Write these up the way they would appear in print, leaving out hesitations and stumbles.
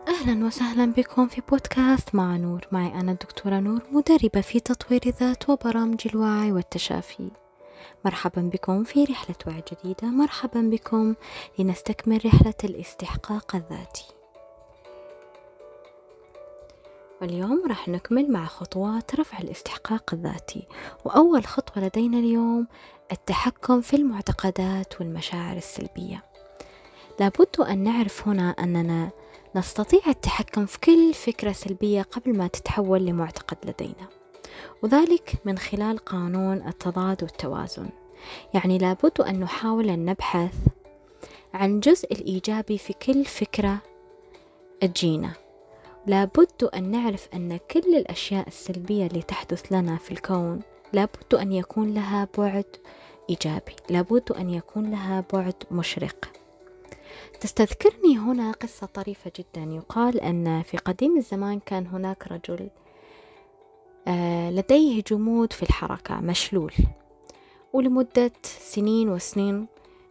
أهلا وسهلا بكم في بودكاست مع نور. معي أنا الدكتورة نور، مدربة في تطوير الذات وبرامج الوعي والتشافي. مرحبا بكم في رحلة وعي جديدة، مرحبا بكم لنستكمل رحلة الاستحقاق الذاتي. واليوم راح نكمل مع خطوات رفع الاستحقاق الذاتي. وأول خطوة لدينا اليوم التحكم في المعتقدات والمشاعر السلبية. لابد أن نعرف هنا أننا نستطيع التحكم في كل فكرة سلبية قبل ما تتحول لمعتقد لدينا، وذلك من خلال قانون التضاد والتوازن. يعني لابد أن نحاول أن نبحث عن الجزء الإيجابي في كل فكرة تجينا. لابد أن نعرف أن كل الأشياء السلبية اللي تحدث لنا في الكون لابد أن يكون لها بعد إيجابي، لابد أن يكون لها بعد مشرق. تستذكرني هنا قصة طريفة جدا. يقال أن في قديم الزمان كان هناك رجل لديه جمود في الحركة، مشلول، ولمدة سنين وسنين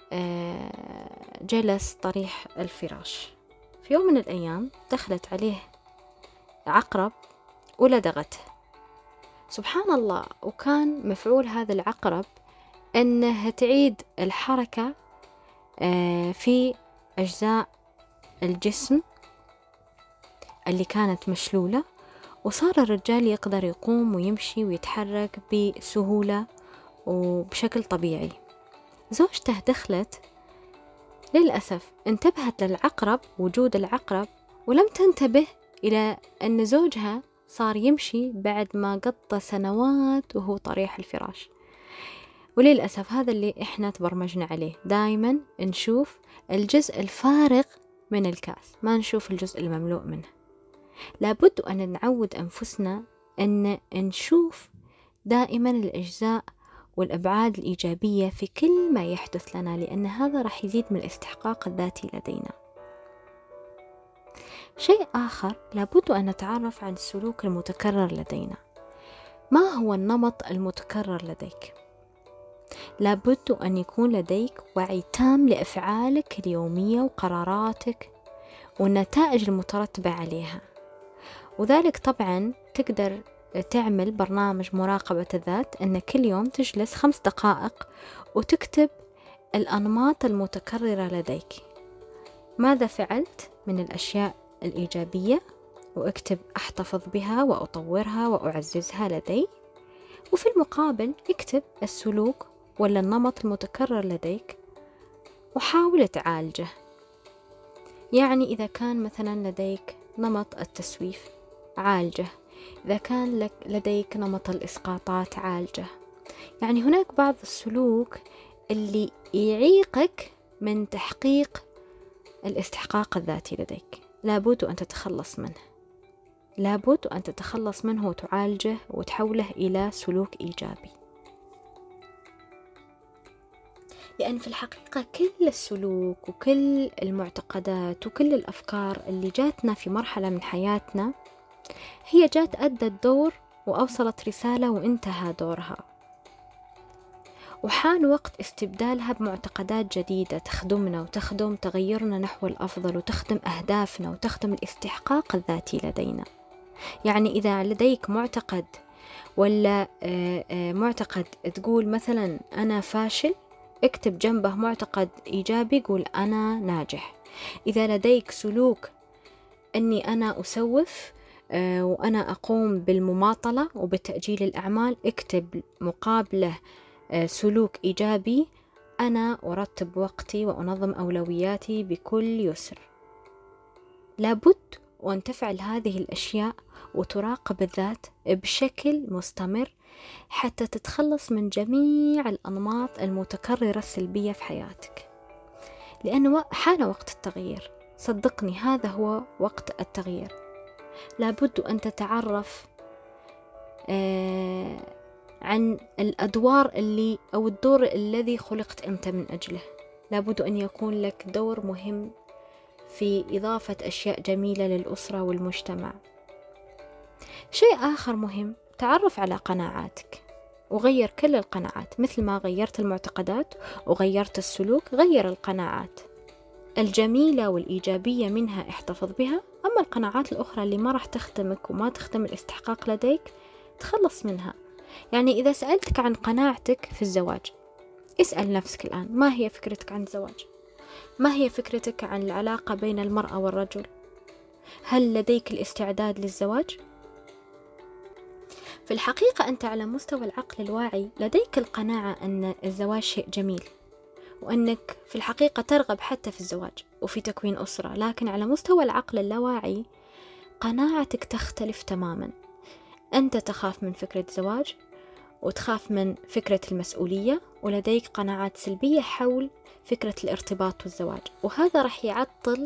جلس طريح الفراش. في يوم من الأيام دخلت عليه عقرب ولدغته. سبحان الله، وكان مفعول هذا العقرب أنها تعيد الحركة في أجزاء الجسم اللي كانت مشلولة، وصار الرجال يقدر يقوم ويمشي ويتحرك بسهولة وبشكل طبيعي. زوجته دخلت، للأسف انتبهت للعقرب، وجود العقرب، ولم تنتبه إلى أن زوجها صار يمشي بعد ما قضى سنوات وهو طريح الفراش. وللأسف هذا اللي إحنا تبرمجنا عليه، دايما نشوف الجزء الفارغ من الكأس، ما نشوف الجزء المملوء منه. لابد أن نعود أنفسنا أن نشوف دائما الأجزاء والأبعاد الإيجابية في كل ما يحدث لنا، لأن هذا راح يزيد من الاستحقاق الذاتي لدينا. شيء آخر، لابد أن نتعرف عن السلوك المتكرر لدينا. ما هو النمط المتكرر لديك؟ لابد أن يكون لديك وعي تام لأفعالك اليومية وقراراتك والنتائج المترتبة عليها، وذلك طبعا تقدر تعمل برنامج مراقبة الذات، أن كل يوم تجلس 5 دقائق وتكتب الأنماط المتكررة لديك. ماذا فعلت من الأشياء الإيجابية، واكتب أحتفظ بها وأطورها وأعززها لدي. وفي المقابل اكتب السلوك ولا النمط المتكرر لديك وحاول تعالجه. يعني إذا كان مثلا لديك نمط التسويف، عالجه. إذا كان لديك نمط الإسقاطات، عالجه. يعني هناك بعض السلوك اللي يعيقك من تحقيق الاستحقاق الذاتي لديك، لابد أن تتخلص منه، لابد أن تتخلص منه وتعالجه وتحوله إلى سلوك إيجابي. لأن في الحقيقة كل السلوك وكل المعتقدات وكل الأفكار اللي جاتنا في مرحلة من حياتنا هي جات أدت دور وأوصلت رسالة وانتهى دورها، وحان وقت استبدالها بمعتقدات جديدة تخدمنا وتخدم تغيرنا نحو الأفضل وتخدم أهدافنا وتخدم الاستحقاق الذاتي لدينا. يعني إذا لديك معتقد ولا معتقد تقول مثلا أنا فاشل، اكتب جنبه معتقد إيجابي، قول أنا ناجح. إذا لديك سلوك أني أنا أسوف وأنا أقوم بالمماطلة وبتأجيل الأعمال، اكتب مقابله سلوك إيجابي، أنا أرتب وقتي وأنظم أولوياتي بكل يسر. لابد وأن تفعل هذه الأشياء وتراقب الذات بشكل مستمر حتى تتخلص من جميع الأنماط المتكررة السلبية في حياتك، لأنه حان وقت التغيير. صدقني هذا هو وقت التغيير. لابد أن تتعرف عن الأدوار أو الدور الذي خلقت أنت من أجله. لابد أن يكون لك دور مهم في إضافة أشياء جميلة للأسرة والمجتمع. شيء آخر مهم، تعرف على قناعاتك وغير كل القناعات. مثل ما غيرت المعتقدات وغيرت السلوك، غير القناعات. الجميلة والإيجابية منها احتفظ بها، أما القناعات الأخرى اللي ما راح تخدمك وما تخدم الاستحقاق لديك تخلص منها. يعني إذا سألتك عن قناعتك في الزواج، اسأل نفسك الآن، ما هي فكرتك عن الزواج؟ ما هي فكرتك عن العلاقة بين المرأة والرجل؟ هل لديك الاستعداد للزواج؟ في الحقيقة أنت على مستوى العقل الواعي لديك القناعة أن الزواج شيء جميل، وأنك في الحقيقة ترغب حتى في الزواج وفي تكوين أسرة، لكن على مستوى العقل اللاواعي قناعتك تختلف تماما. أنت تخاف من فكرة الزواج وتخاف من فكرة المسؤولية، ولديك قناعات سلبية حول فكرة الارتباط والزواج، وهذا رح يعطل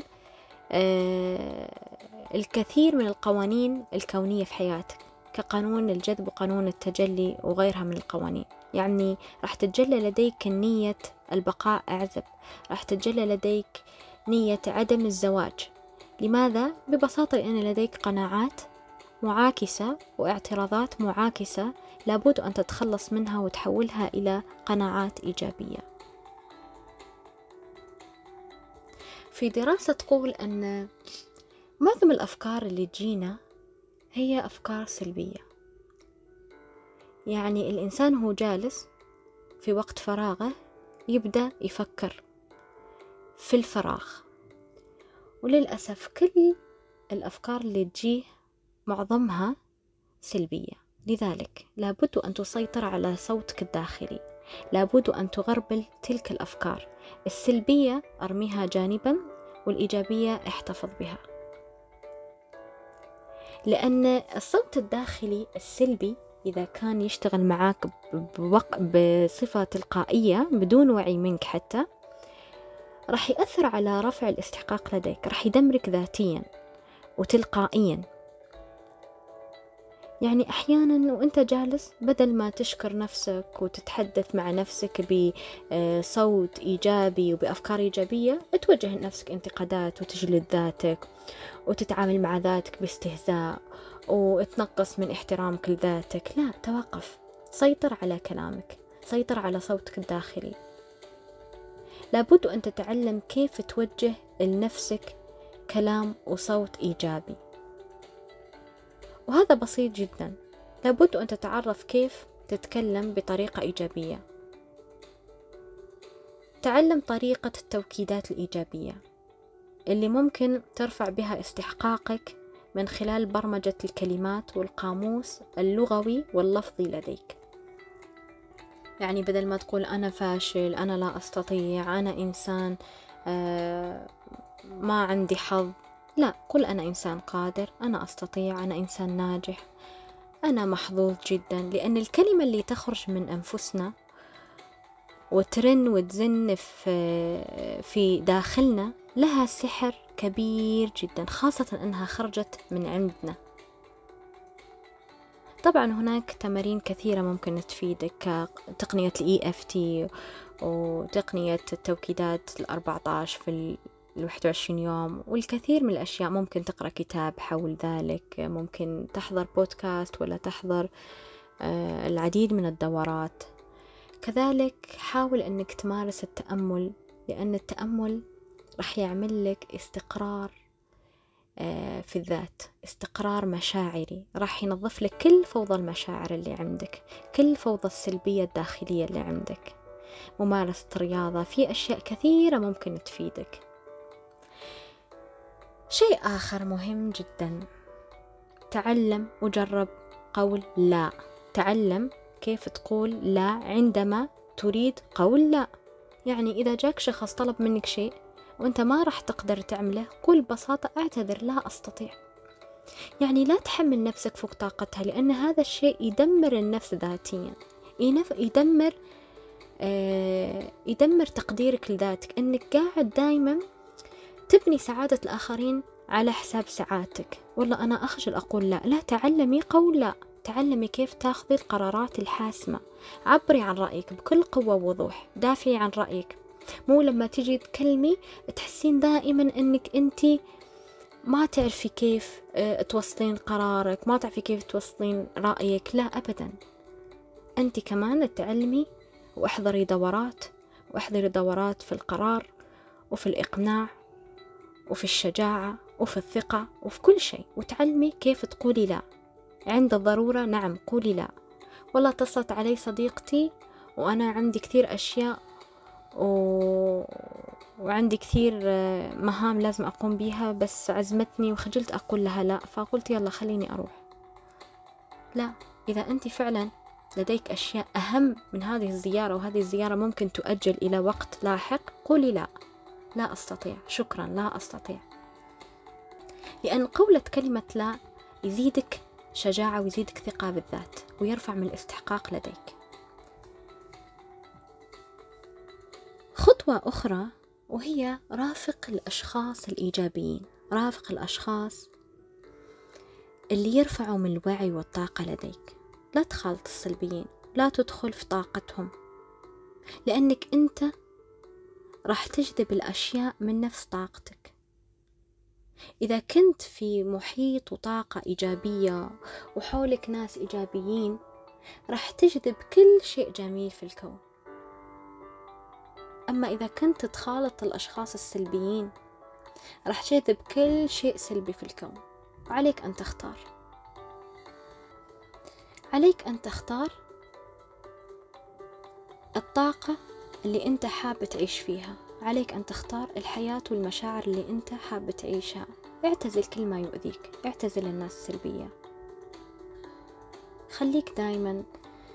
الكثير من القوانين الكونية في حياتك، كقانون الجذب وقانون التجلي وغيرها من القوانين. يعني راح تتجلى لديك نية البقاء أعزب، راح تتجلى لديك نية عدم الزواج. لماذا؟ ببساطة لأن لديك قناعات معاكسة واعتراضات معاكسة لابد أن تتخلص منها وتحولها إلى قناعات إيجابية. في دراسة تقول أن معظم الأفكار اللي تجينا هي أفكار سلبية. يعني الإنسان هو جالس في وقت فراغه يبدأ يفكر في الفراغ، وللأسف كل الأفكار اللي تجيه معظمها سلبية. لذلك لابد أن تسيطر على صوتك الداخلي، لابد أن تغربل تلك الأفكار السلبية، أرميها جانبا، والإيجابية احتفظ بها. لأن الصوت الداخلي السلبي إذا كان يشتغل معاك بصفة تلقائية بدون وعي منك حتى، راح يأثر على رفع الاستحقاق لديك، راح يدمرك ذاتيا وتلقائيا. يعني أحيانا وأنت جالس بدل ما تشكر نفسك وتتحدث مع نفسك بصوت إيجابي وبأفكار إيجابية، توجه لنفسك انتقادات وتجلد ذاتك وتتعامل مع ذاتك باستهزاء وتنقص من احترامك لذاتك. لا، توقف، سيطر على كلامك، سيطر على صوتك الداخلي. لابد أن تتعلم كيف توجه لنفسك كلام وصوت إيجابي، وهذا بسيط جدا. لابد أن تتعرف كيف تتكلم بطريقة إيجابية. تعلم طريقة التوكيدات الإيجابية اللي ممكن ترفع بها استحقاقك من خلال برمجة الكلمات والقاموس اللغوي واللفظي لديك. يعني بدل ما تقول أنا فاشل، أنا لا أستطيع، أنا إنسان ما عندي حظ، لا، قل أنا إنسان قادر، أنا أستطيع، أنا إنسان ناجح، أنا محظوظ جدا. لأن الكلمة اللي تخرج من أنفسنا وترن وتزن في داخلنا لها سحر كبير جدا، خاصة أنها خرجت من عندنا. طبعا هناك تمارين كثيرة ممكن تفيدك، كتقنية EFT وتقنية التوكيدات 14 في 21 يوم، والكثير من الأشياء. ممكن تقرأ كتاب حول ذلك، ممكن تحضر بودكاست ولا تحضر العديد من الدورات. كذلك حاول أنك تمارس التأمل، لأن التأمل رح يعمل لك استقرار في الذات، استقرار مشاعري، راح ينظف لك كل فوضى المشاعر اللي عندك، كل فوضى السلبية الداخلية اللي عندك. ممارسة رياضة، في أشياء كثيرة ممكن تفيدك. شيء آخر مهم جدا، تعلم وجرب قول لا. تعلم كيف تقول لا عندما تريد قول لا. يعني إذا جاك شخص طلب منك شيء وأنت ما راح تقدر تعمله، قل ببساطة أعتذر، لا أستطيع. يعني لا تحمل نفسك فوق طاقتها، لأن هذا الشيء يدمر النفس ذاتيا، يدمر تقديرك لذاتك، أنك قاعد دايما تبني سعادة الآخرين على حساب سعادتك. والله أنا أخجل أقول لا. لا، تعلمي قول لا، تعلمي كيف تاخذي القرارات الحاسمة، عبري عن رأيك بكل قوة ووضوح، دافعي عن رأيك. مو لما تيجي تكلمي تحسين دائما أنك أنتي ما تعرفي كيف توصلين قرارك، ما تعرفي كيف توصلين رأيك. لا أبدا، أنت كمان تعلمي واحضري دورات في القرار، وفي الإقناع وفي الشجاعة وفي الثقة وفي كل شيء، وتعلمي كيف تقولي لا عند الضرورة. نعم قولي لا. والله اتصلت علي صديقتي وأنا عندي كثير أشياء وعندي كثير مهام لازم أقوم بيها، بس عزمتني وخجلت أقول لها لا، فقلت يلا خليني أروح. لا، إذا أنت فعلا لديك أشياء أهم من هذه الزيارة وهذه الزيارة ممكن تؤجل إلى وقت لاحق، قولي لا، لا أستطيع، شكرا، لا أستطيع. لأن قولة كلمة لا يزيدك شجاعة ويزيدك ثقة بالذات ويرفع من الاستحقاق لديك. خطوة أخرى وهي رافق الأشخاص الإيجابيين، رافق الأشخاص اللي يرفعوا من الوعي والطاقة لديك. لا تخالط السلبيين، لا تدخل في طاقتهم، لأنك أنت راح تجذب الأشياء من نفس طاقتك. إذا كنت في محيط وطاقة إيجابية وحولك ناس إيجابيين، راح تجذب كل شيء جميل في الكون. أما إذا كنت تخالط الأشخاص السلبيين، راح تجذب كل شيء سلبي في الكون. عليك أن تختار، عليك أن تختار الطاقة اللي أنت حاب تعيش فيها، عليك أن تختار الحياة والمشاعر اللي أنت حاب تعيشها. اعتزل كل ما يؤذيك، اعتزل الناس السلبية، خليك دايما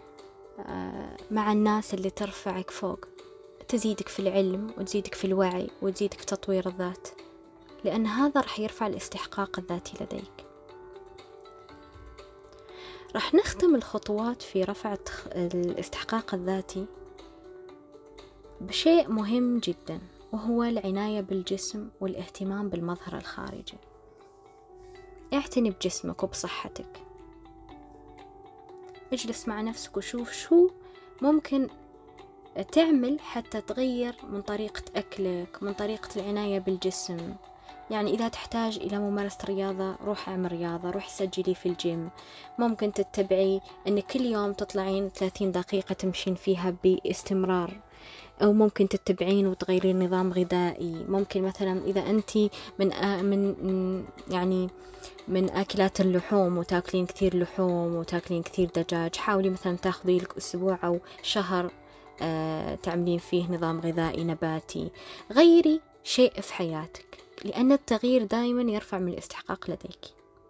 مع الناس اللي ترفعك فوق، تزيدك في العلم وتزيدك في الوعي وتزيدك في تطوير الذات، لأن هذا رح يرفع الاستحقاق الذاتي لديك. رح نختم الخطوات في رفع الاستحقاق الذاتي بشيء مهم جدا، وهو العناية بالجسم والاهتمام بالمظهر الخارجي. اعتني بجسمك وبصحتك، اجلس مع نفسك وشوف شو ممكن تعمل حتى تغير من طريقة أكلك، من طريقة العناية بالجسم. يعني إذا تحتاج إلى ممارسة رياضة، روح اعمل رياضة، روح سجلي في الجيم. ممكن تتبعي أن كل يوم تطلعين 30 دقيقة تمشين فيها باستمرار، أو ممكن تتبعين وتغيرين نظام غذائي. ممكن مثلا إذا أنت من أكلات اللحوم وتاكلين كثير لحوم وتاكلين كثير دجاج، حاولي مثلا تاخذي لك أسبوع أو شهر تعملين فيه نظام غذائي نباتي. غيري شيء في حياتك، لأن التغيير دائما يرفع من الاستحقاق لديك.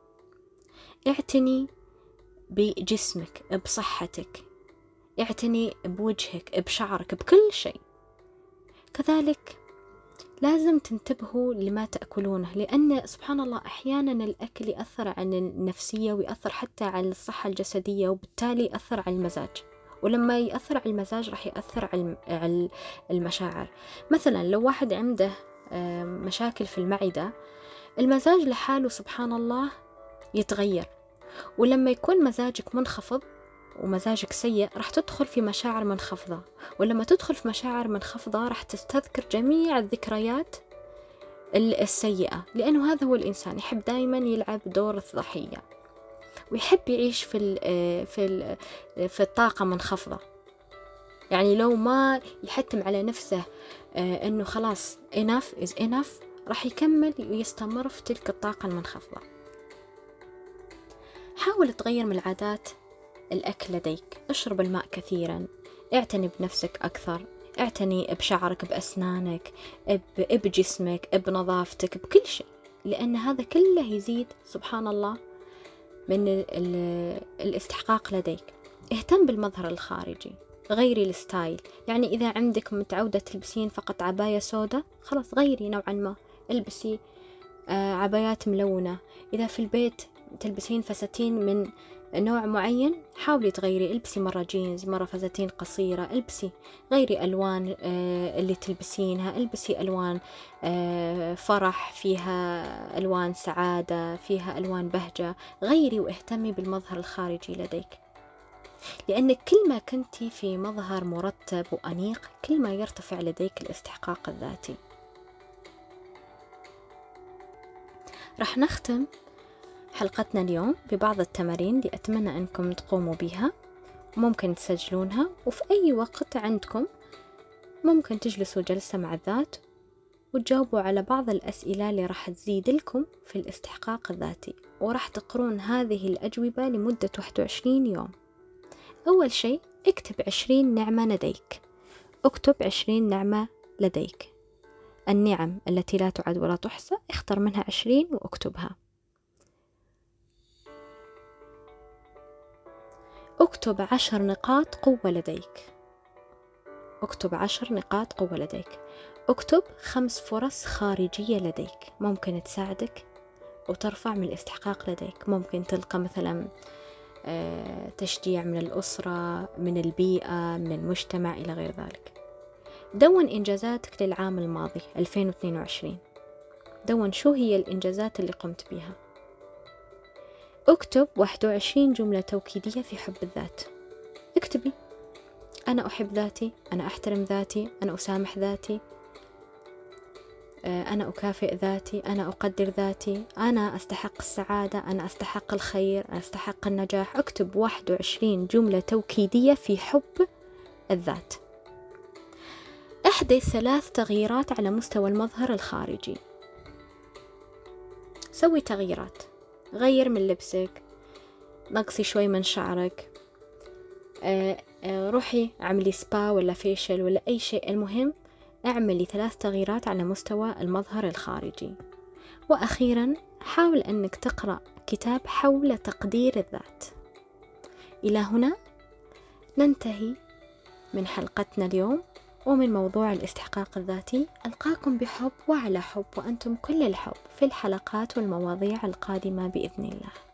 اعتني بجسمك، بصحتك، اعتني بوجهك، بشعرك، بكل شيء. كذلك لازم تنتبهوا لما تأكلونه، لأن سبحان الله أحيانا الأكل يأثر على النفسية ويأثر حتى على الصحة الجسدية، وبالتالي يأثر على المزاج، ولما يأثر على المزاج راح يأثر على المشاعر. مثلا لو واحد عنده مشاكل في المعدة، المزاج لحاله سبحان الله يتغير. ولما يكون مزاجك منخفض ومزاجك سيء، راح تدخل في مشاعر منخفضة، ولما تدخل في مشاعر منخفضة راح تستذكر جميع الذكريات السيئة، لأنه هذا هو الإنسان، يحب دائما يلعب دور الضحية ويحب يعيش في الطاقة منخفضة. يعني لو ما يحتم على نفسه أنه خلاص enough is enough، راح يكمل ويستمر في تلك الطاقة المنخفضة. حاول تغير من العادات الأكل لديك، اشرب الماء كثيرا، اعتني بنفسك أكثر، اعتني بشعرك، بأسنانك، بجسمك، بنظافتك، بكل شيء، لأن هذا كله يزيد سبحان الله من الاستحقاق لديك. اهتم بالمظهر الخارجي، غيري الستايل. يعني إذا عندك متعودة تلبسين فقط عباية سوداء، خلاص غيري نوعا ما، البسي عبايات ملونة. إذا في البيت تلبسين فساتين من نوع معين، حاولي تغيري، البسي مرة جينز، مرة فساتين قصيرة، البسي، غيري ألوان اللي تلبسينها، البسي ألوان فرح، فيها ألوان سعادة، فيها ألوان بهجة. غيري واهتمي بالمظهر الخارجي لديك، لأن كل ما كنتي في مظهر مرتب وأنيق، كل ما يرتفع لديك الاستحقاق الذاتي. رح نختم حلقتنا اليوم ببعض التمارين اللي أتمنى أنكم تقوموا بها، ممكن تسجلونها، وفي أي وقت عندكم ممكن تجلسوا جلسة مع الذات وتجاوبوا على بعض الأسئلة اللي راح تزيد لكم في الاستحقاق الذاتي، وراح تقرون هذه الأجوبة لمدة 21 يوم. أول شيء اكتب 20 نعمة لديك. اكتب 20 نعمة لديك، النعم التي لا تعد ولا تحصى، اختر منها 20 واكتبها. اكتب 10 نقاط قوة لديك. اكتب 10 نقاط قوة لديك. اكتب 5 فرص خارجية لديك ممكن تساعدك وترفع من الاستحقاق لديك. ممكن تلقى مثلا تشجيع من الأسرة، من البيئة، من المجتمع إلى غير ذلك. دون إنجازاتك للعام الماضي 2022. دون شو هي الإنجازات اللي قمت بها. اكتب 21 جملة توكيدية في حب الذات. اكتبي: أنا أحب ذاتي، أنا أحترم ذاتي، أنا أسامح ذاتي، أنا أكافئ ذاتي، أنا أقدر ذاتي، أنا أستحق السعادة، أنا أستحق الخير، أنا أستحق النجاح. اكتب 21 جملة توكيدية في حب الذات. احدث 3 تغييرات على مستوى المظهر الخارجي. سوي تغييرات، غير من لبسك، نقصي شوي من شعرك، روحي اعملي سبا ولا فيشل ولا أي شيء. المهم اعملي 3 تغييرات على مستوى المظهر الخارجي. وأخيرا حاول أنك تقرأ كتاب حول تقدير الذات. إلى هنا ننتهي من حلقتنا اليوم ومن موضوع الاستحقاق الذاتي. ألقاكم بحب وعلى حب وأنتم كل الحب في الحلقات والمواضيع القادمة بإذن الله.